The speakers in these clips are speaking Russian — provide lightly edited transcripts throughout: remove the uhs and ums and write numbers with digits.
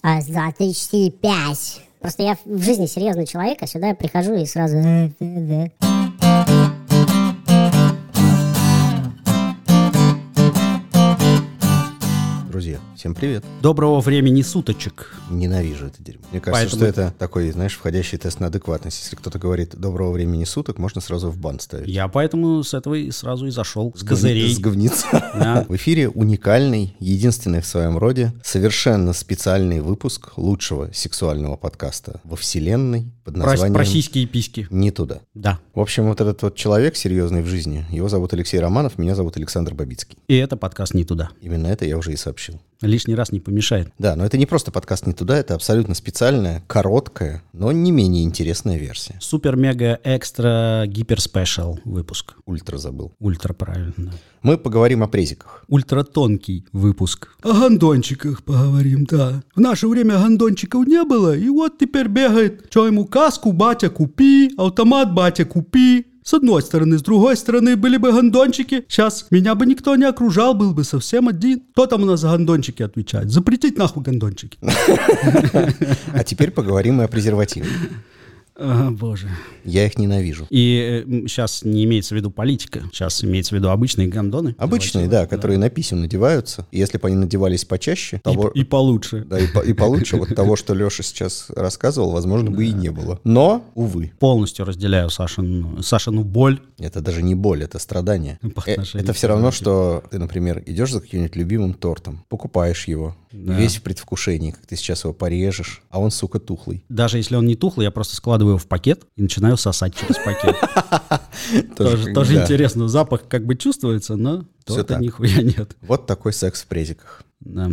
Раз, два, три, четыре, пять. Просто я в жизни серьезный человек, а сюда я прихожу и сразу... Друзья, всем привет. Доброго времени суточек. Ненавижу это дерьмо. Мне кажется, что это такой, знаешь, входящий тест на адекватность. Если кто-то говорит «доброго времени суток», можно сразу в бан ставить. Я поэтому с этого и сразу и зашел. С козырей. С говница. Да. В эфире уникальный, единственный в своем роде, совершенно специальный выпуск лучшего сексуального подкаста во вселенной под названием... Про сиськи и письки. «Не туда». Да. В общем, вот этот вот человек серьезный в жизни, его зовут Алексей Романов, меня зовут Александр Бабицкий. И это подкаст «Не туда». Именно это я уже и сообщил. Лишний раз не помешает. Да, но это не просто подкаст «Не туда», это абсолютно специальная, короткая, но не менее интересная версия. Супер-мега-экстра-гипер-спешл выпуск. Ультра забыл. Ультра, правильно, да. Мы поговорим о презиках. Ультратонкий выпуск. О гондончиках поговорим, да. В наше время гондончиков не было, и вот теперь бегает, что ему каску, батя, купи, автомат, батя, купи. С одной стороны, с другой стороны, были бы гондончики. Сейчас меня бы никто не окружал, был бы совсем один. Кто там у нас за гондончики отвечает? Запретить нахуй гондончики. А теперь поговорим и о презервативах. Боже. Я их ненавижу. И сейчас не имеется в виду политика, сейчас имеется в виду обычные гондоны. Обычные, да, которые на писем надеваются. И если бы они надевались почаще... И получше. Да, и получше. Вот того, что Леша сейчас рассказывал, возможно, бы и не было. Но, увы. Полностью разделяю Сашину боль. Это даже не боль, это страдание. Это все равно, что ты, например, идешь за каким-нибудь любимым тортом, покупаешь его, весь в предвкушении, как ты сейчас его порежешь, а он, сука, тухлый. Даже если он не тухлый, я просто складываю его в пакет и начинаю сосать через пакет. Тоже интересно. Запах как бы чувствуется, но торта нихуя нет. Вот такой секс в презиках. Да.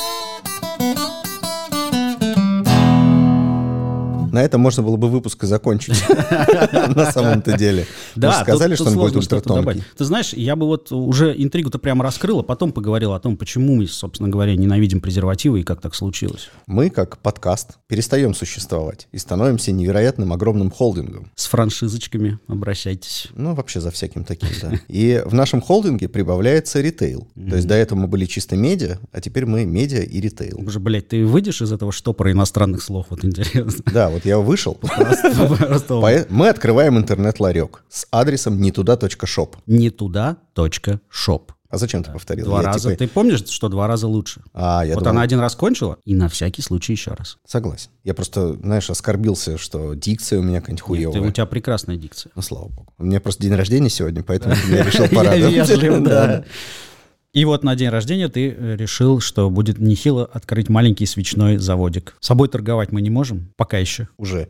На этом можно было бы выпуск и закончить. На самом-то деле. Да, сказали, что он будет ультратонкий. Ты знаешь, я бы вот уже интригу-то прямо раскрыл, а потом поговорил о том, почему мы, собственно говоря, ненавидим презервативы и как так случилось. Мы, как подкаст, перестаем существовать и становимся невероятным огромным холдингом. С франшизочками обращайтесь. Ну, вообще за всяким таким, да. И в нашем холдинге прибавляется ритейл. То есть до этого мы были чисто медиа, а теперь мы медиа и ритейл. Уже, блядь, ты выйдешь из этого штопора иностранных слов? Вот интересно. Да, вот я вышел. Мы открываем интернет-ларек с адресом нетуда.шоп. Нетуда.шоп. А зачем ты повторил? Два раза. Ты помнишь, что 2 раза лучше? Вот она один раз кончила, и на всякий случай еще раз. Согласен. Я просто, знаешь, оскорбился, что дикция у меня какая-нибудь хуевая. У тебя прекрасная дикция. Ну, слава богу. У меня просто день рождения сегодня, поэтому я решил порадовать. Я вежлив, да. И вот на день рождения ты решил, что будет нехило открыть маленький свечной заводик. С собой торговать мы не можем? Пока еще. Уже.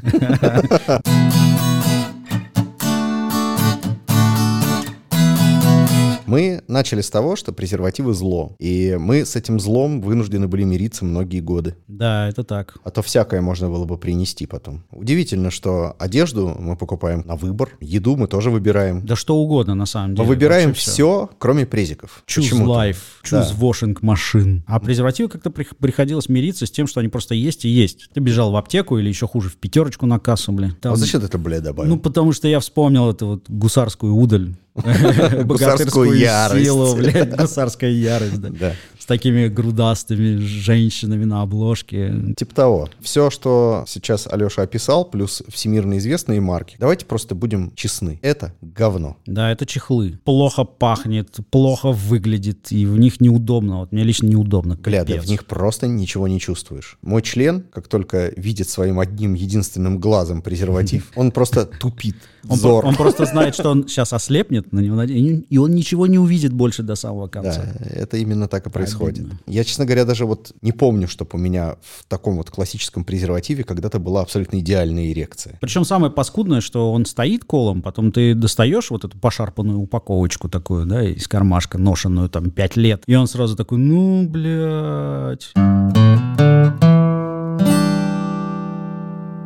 Мы начали с того, что презервативы зло. И мы с этим злом вынуждены были мириться многие годы. Да, это так. А то всякое можно было бы принести потом. Удивительно, что одежду мы покупаем на выбор, еду мы тоже выбираем. Да что угодно, на самом деле. Мы выбираем все, кроме презиков. Choose life, choose washing machine. А презервативы как-то приходилось мириться с тем, что они просто есть и есть. Ты бежал в аптеку или еще хуже, в пятерочку на кассу, блин. А зачем ты это, блядь, добавил? Ну, потому что я вспомнил эту вот гусарскую удаль. Гусарскую ярость. Силу, блядь, гусарская ярость, да. С такими грудастыми женщинами на обложке. Типа того. Все, что сейчас Алеша описал, плюс всемирно известные марки, давайте просто будем честны. Это говно. Да, это чехлы. Плохо пахнет, плохо выглядит, и в них неудобно. Вот мне лично неудобно. Бля, да в них просто ничего не чувствуешь. Мой член, как только видит своим одним единственным глазом презерватив, он просто тупит. Он просто знает, что он сейчас ослепнет на него, и он ничего не увидит больше до самого конца. Да, это именно так и происходит. Я, честно говоря, даже вот не помню, чтобы у меня в таком вот классическом презервативе когда-то была абсолютно идеальная эрекция. Причем самое паскудное, что он стоит колом, потом ты достаешь вот эту пошарпанную упаковочку такую, да, из кармашка, ношенную там 5 лет, и он сразу такой, ну, блядь...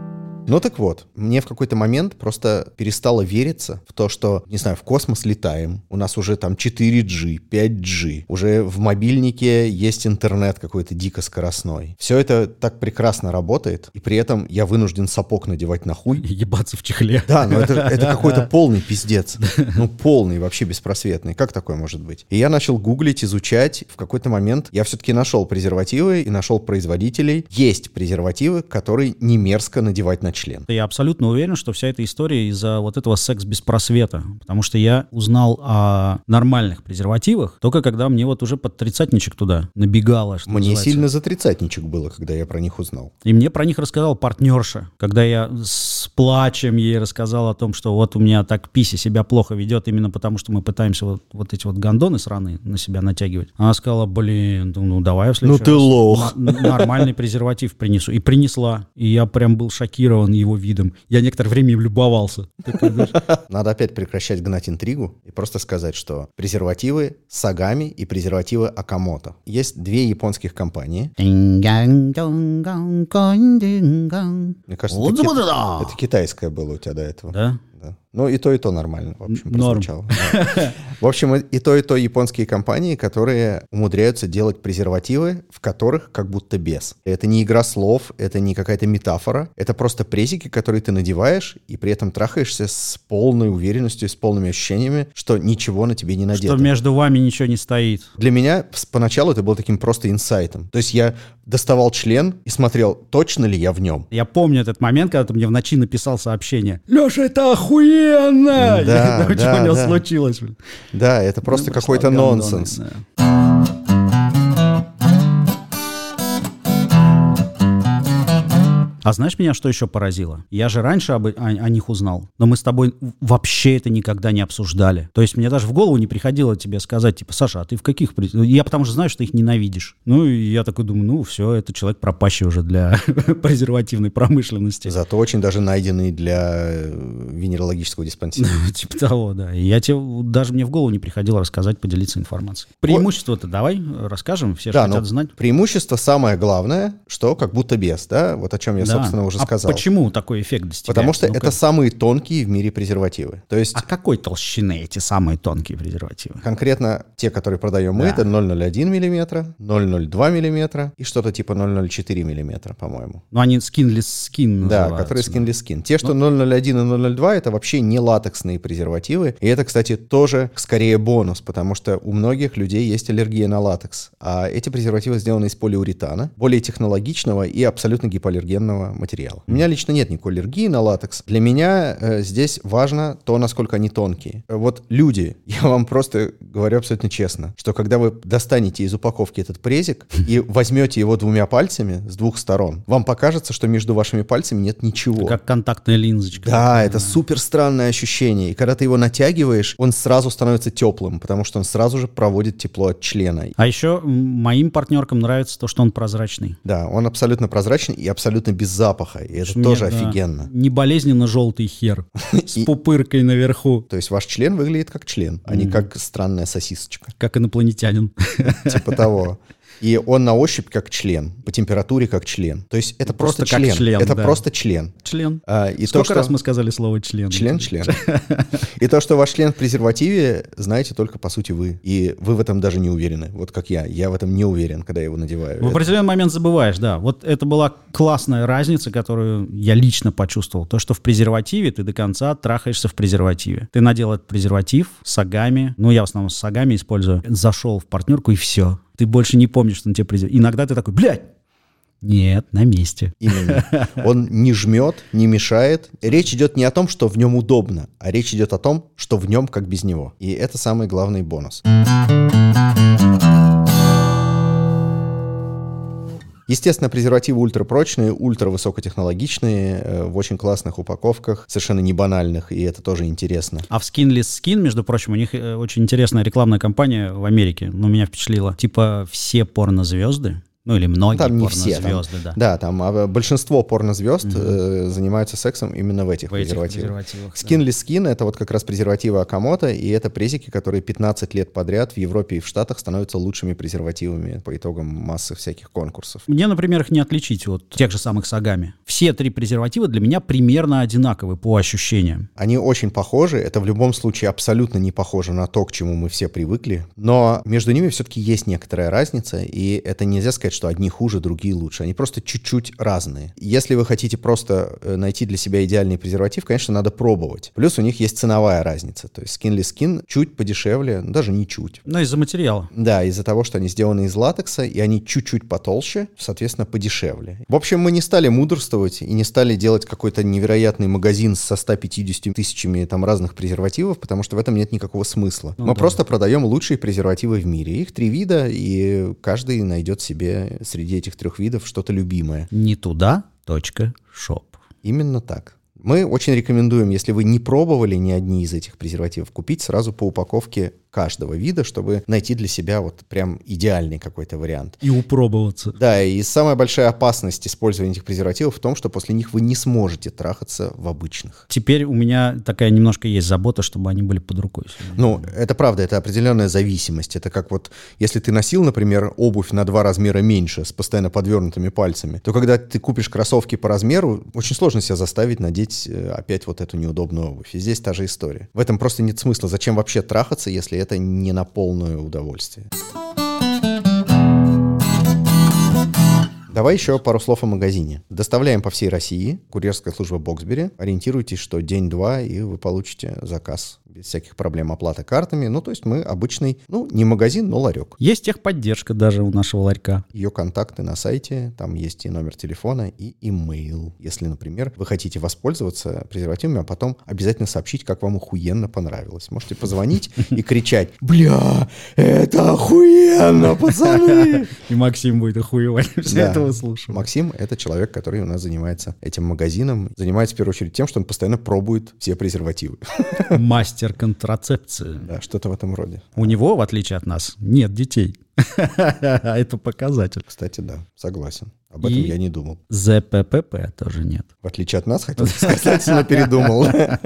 Ну так вот, мне в какой-то момент просто перестало вериться в то, что, не знаю, в космос летаем, у нас уже там 4G, 5G, уже в мобильнике есть интернет какой-то дико скоростной. Все это так прекрасно работает, и при этом я вынужден сапог надевать на хуй. И ебаться в чехле. Да, но это какой-то полный пиздец. Ну, полный, вообще беспросветный. Как такое может быть? И я начал гуглить, изучать. В какой-то момент я все-таки нашел презервативы и нашел производителей. Есть презервативы, которые не мерзко надевать на член. Я абсолютно уверен, что вся эта история из-за вот этого секс без просвета. Потому что я узнал о нормальных презервативах только когда мне вот уже под тридцатничек туда набегало. Что мне называется. сильно за тридцатничек было, когда я про них узнал. И мне про них рассказал партнерша, когда я с плачем ей рассказал о том, что вот у меня так пися себя плохо ведет, именно потому что мы пытаемся вот эти вот гондоны сраные на себя натягивать. Она сказала, блин, ну давай в следующий раз. Ну ты лох. Нормальный презерватив принесу. И принесла. И я прям был шокирован его видом. Я некоторое время им любовался. Надо опять прекращать гнать интригу и просто сказать, что презервативы Сагами и презервативы Акамото. Есть две японских компании. Мне кажется, это китайское было у тебя до этого. Да? Да. Ну, и то нормально, в общем, прозвучало. Да. В общем, и то японские компании, которые умудряются делать презервативы, в которых как будто без. Это не игра слов, это не какая-то метафора, это просто презики, которые ты надеваешь, и при этом трахаешься с полной уверенностью, с полными ощущениями, что ничего на тебе не надето. Что между вами ничего не стоит. Для меня поначалу это было таким просто инсайтом. То есть я доставал член и смотрел, точно ли я в нем. Я помню этот момент, когда ты мне в ночи написал сообщение. Леша, это охуенно! Да, что у него случилось? Да, это просто какой-то нонсенс. А знаешь, меня что еще поразило? Я же раньше о них узнал, но мы с тобой вообще это никогда не обсуждали. То есть мне даже в голову не приходило тебе сказать, типа, Саша, а ты в каких... Я потому что знаю, что ты их ненавидишь. Ну, и я такой думаю, ну, все, это человек пропащий уже для презервативной промышленности. Зато очень даже найденный для венерологического диспансера. Типа того, да. И я тебе, даже мне в голову не приходило рассказать, поделиться информацией. Преимущество-то давай расскажем, все же хотят знать. Преимущество самое главное, что как будто без, да, вот о чем я, собственно, уже сказал. А почему такой эффект достигается? Потому что это самые тонкие в мире презервативы. То есть... А какой толщины эти самые тонкие презервативы? Конкретно те, которые продаем мы, это 0,01 мм, 0,02 мм и что-то типа 0,04 мм, по-моему. Ну, они skinless skin называются. Да, которые skinless skin. Те, что 0,01 и 0,02, это вообще не латексные презервативы. И это, кстати, тоже скорее бонус, потому что у многих людей есть аллергия на латекс. А эти презервативы сделаны из полиуретана, более технологичного и абсолютно гипоаллергенного материала. У меня лично нет никакой аллергии на латекс. Для меня здесь важно то, насколько они тонкие. Вот люди, я вам просто говорю абсолютно честно, что когда вы достанете из упаковки этот презик и возьмете его двумя пальцами с двух сторон, вам покажется, что между вашими пальцами нет ничего. Как контактная линзочка. Да, это супер странное ощущение. И когда ты его натягиваешь, он сразу становится теплым, потому что он сразу же проводит тепло от члена. А еще моим партнеркам нравится то, что он прозрачный. Да, он абсолютно прозрачный и абсолютно без запаха. И это тоже офигенно. Не болезненно желтый хер с пупыркой наверху. То есть ваш член выглядит как член, а не как странная сосисочка. Как инопланетянин. Типа того. И он на ощупь как член, по температуре как член. То есть это просто член. Это просто член. Член. И сколько раз мы сказали слово член? Член. И то, что ваш член в презервативе, знаете только, по сути, вы. И вы в этом даже не уверены. Вот как я. Я в этом не уверен, когда я его надеваю. В определенный момент забываешь, да. Вот это была классная разница, которую я лично почувствовал. То, что в презервативе ты до конца трахаешься в презервативе. Ты надел этот презерватив с сагами. Ну, я в основном с сагами использую. Зашел в партнерку и все. Ты больше не помнишь, что на тебе презерватив. Иногда ты такой, блядь, нет, на месте. Именно. Он не жмет, не мешает. Речь идет не о том, что в нем удобно, а речь идет о том, что в нем как без него. И это самый главный бонус. Естественно, презервативы ультрапрочные, ультравысокотехнологичные, в очень классных упаковках, совершенно не банальных, и это тоже интересно. А в Skinless Skin, между прочим, у них очень интересная рекламная кампания в Америке, но меня впечатлила. Типа все порнозвезды Ну, или многие там не все, порнозвезды, там, да. Да, там большинство порнозвезд занимаются сексом именно в этих презервативах. Skinless Skin — это вот как раз презервативы Акамото, и это презики, которые 15 лет подряд в Европе и в Штатах становятся лучшими презервативами по итогам массы всяких конкурсов. Мне, например, их не отличить от тех же самых Сагами. Все 3 презерватива для меня примерно одинаковы по ощущениям. Они очень похожи, это в любом случае абсолютно не похоже на то, к чему мы все привыкли, но между ними все-таки есть некоторая разница, и это нельзя сказать, что одни хуже, другие лучше. Они просто чуть-чуть разные. Если вы хотите просто найти для себя идеальный презерватив, конечно, надо пробовать. Плюс у них есть ценовая разница. То есть Skinless Skin чуть подешевле, даже не чуть. Но из-за материала. Да, из-за того, что они сделаны из латекса, и они чуть-чуть потолще, соответственно, подешевле. В общем, мы не стали мудрствовать и не стали делать какой-то невероятный магазин со 150 тысячами там разных презервативов, потому что в этом нет никакого смысла. Мы просто продаем лучшие презервативы в мире. Их 3 вида, и каждый найдет себе среди этих 3 видов что-то любимое. Не туда.шоп. Именно так. Мы очень рекомендуем, если вы не пробовали ни одни из этих презервативов, купить сразу по упаковке каждого вида, чтобы найти для себя вот прям идеальный какой-то вариант. И упробоваться. Да, и самая большая опасность использования этих презервативов в том, что после них вы не сможете трахаться в обычных. Теперь у меня такая немножко есть забота, чтобы они были под рукой. Ну, это правда, это определенная зависимость. Это как вот, если ты носил, например, обувь на 2 размера меньше с постоянно подвернутыми пальцами, то когда ты купишь кроссовки по размеру, очень сложно себя заставить надеть опять вот эту неудобную обувь. И здесь та же история. В этом просто нет смысла. Зачем вообще трахаться, если это не на полное удовольствие? Давай еще пару слов о магазине. Доставляем по всей России. Курьерская служба Боксбери. Ориентируйтесь, что день-два, и вы получите заказ без всяких проблем, оплата картами. Ну, то есть мы обычный, не магазин, но ларек. Есть техподдержка даже у нашего ларька. Ее контакты на сайте. Там есть и номер телефона, и имейл. Если, например, вы хотите воспользоваться презервативами, а потом обязательно сообщить, как вам охуенно понравилось. Можете позвонить и кричать: «Бля, это охуенно, пацаны!» И Максим будет охуевать. Все этого слушаем. Максим — это человек, который у нас занимается этим магазином. Занимается, в первую очередь, тем, что он постоянно пробует все презервативы. Мастер контрацепции. Да, что-то в этом роде. У него, в отличие от нас, нет детей. Это показатель. Кстати, да, согласен. Об этом я не думал. ЗППП тоже нет. В отличие от нас, хотел сказать, но передумал.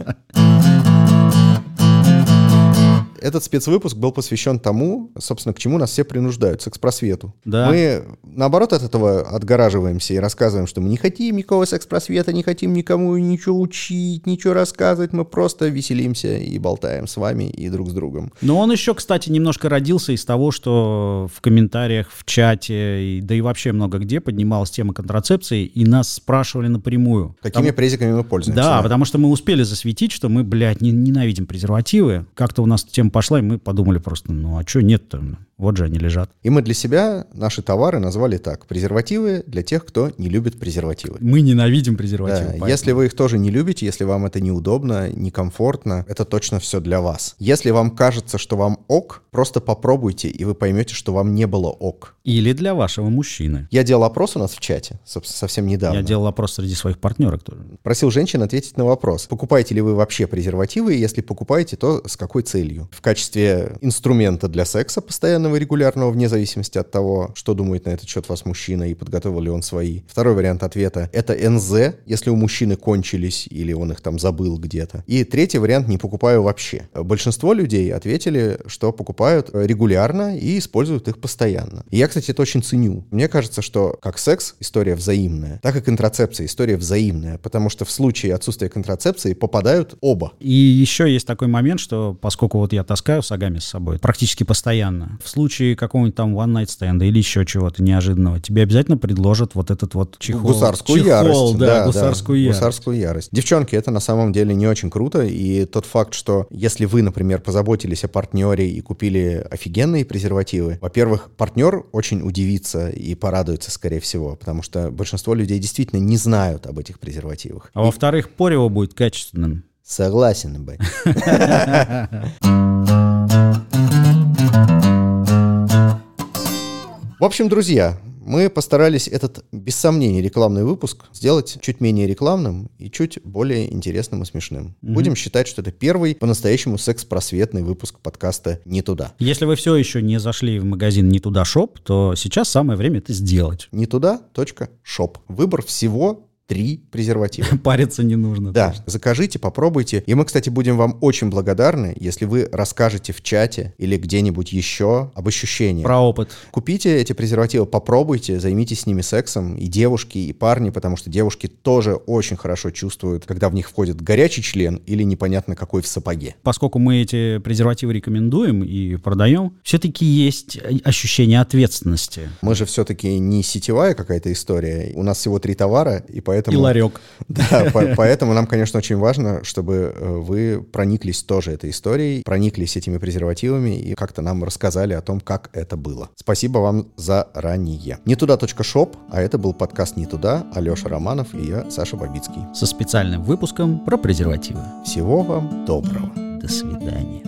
Этот спецвыпуск был посвящен тому, собственно, к чему нас все принуждают, секс-просвету. Да. Мы, наоборот, от этого отгораживаемся и рассказываем, что мы не хотим никакого секс-просвета, не хотим никому ничего учить, ничего рассказывать, мы просто веселимся и болтаем с вами и друг с другом. Но он еще, кстати, немножко родился из того, что в комментариях, в чате, да и вообще много где поднималась тема контрацепции, и нас спрашивали напрямую. Какими презиками мы пользуемся? Да, потому что мы успели засветить, что мы, ненавидим презервативы. Как-то у нас тема пошла, и мы подумали просто, а что нет-то? Вот же они лежат. И мы для себя наши товары назвали так: презервативы для тех, кто не любит презервативы. Мы ненавидим презервативы. Да, поэтому. если вы их тоже не любите, если вам это неудобно, некомфортно, это точно все для вас. Если вам кажется, что вам ок, просто попробуйте, и вы поймете, что вам не было ок. Или для вашего мужчины. Я делал опрос у нас в чате, собственно, совсем недавно. Я делал опрос среди своих партнерок тоже. Просил женщин ответить на вопрос: покупаете ли вы вообще презервативы, и если покупаете, то с какой целью? В качестве инструмента для секса постоянного и регулярного, вне зависимости от того, что думает на этот счет вас мужчина и подготовил ли он свои. Второй вариант ответа — это НЗ, если у мужчины кончились или он их там забыл где-то. И третий вариант — не покупаю вообще. Большинство людей ответили, что покупают регулярно и используют их постоянно. И я, кстати, это очень ценю. Мне кажется, что как секс — история взаимная, так и контрацепция — история взаимная, потому что в случае отсутствия контрацепции попадают оба. И еще есть такой момент, что поскольку вот я таскаю Сагами с собой практически постоянно, в случае какого-нибудь там one-night stand или еще чего-то неожиданного, тебе обязательно предложат вот этот вот чехол. Гусарскую ярость. Да, гусарскую ярость. Гусарскую ярость. Девчонки, это на самом деле не очень круто, и тот факт, что если вы, например, позаботились о партнере и купили офигенные презервативы, во-первых, партнер очень удивится и порадуется, скорее всего, потому что большинство людей действительно не знают об этих презервативах. А во-вторых, порево будет качественным. Согласен, бай. В общем, друзья, Мы постарались этот, без сомнений, рекламный выпуск сделать чуть менее рекламным и чуть более интересным и смешным. Будем считать, что это первый по-настоящему секс-просветный выпуск подкаста «Не туда». Если вы все еще не зашли в магазин «Не туда шоп», то сейчас самое время это сделать. netуда.shop. Выбор всего 3 презерватива. Париться не нужно. Да, точно. закажите, попробуйте. И мы, кстати, будем вам очень благодарны, если вы расскажете в чате или где-нибудь еще об ощущениях. Про опыт. Купите эти презервативы, попробуйте, займитесь с ними сексом, и девушки, и парни, потому что девушки тоже очень хорошо чувствуют, когда в них входит горячий член или непонятно какой в сапоге. Поскольку мы эти презервативы рекомендуем и продаем, все-таки есть ощущение ответственности. Мы же все-таки не сетевая какая-то история. У нас всего 3 товара, и поэтому... И ларек. Да, поэтому нам, конечно, очень важно, чтобы вы прониклись тоже этой историей, прониклись этими презервативами и как-то нам рассказали о том, как это было. Спасибо вам заранее. netуда.shop, а это был подкаст «Не туда», Алеша Романов и я, Саша Бабицкий. Со специальным выпуском про презервативы. Всего вам доброго. До свидания.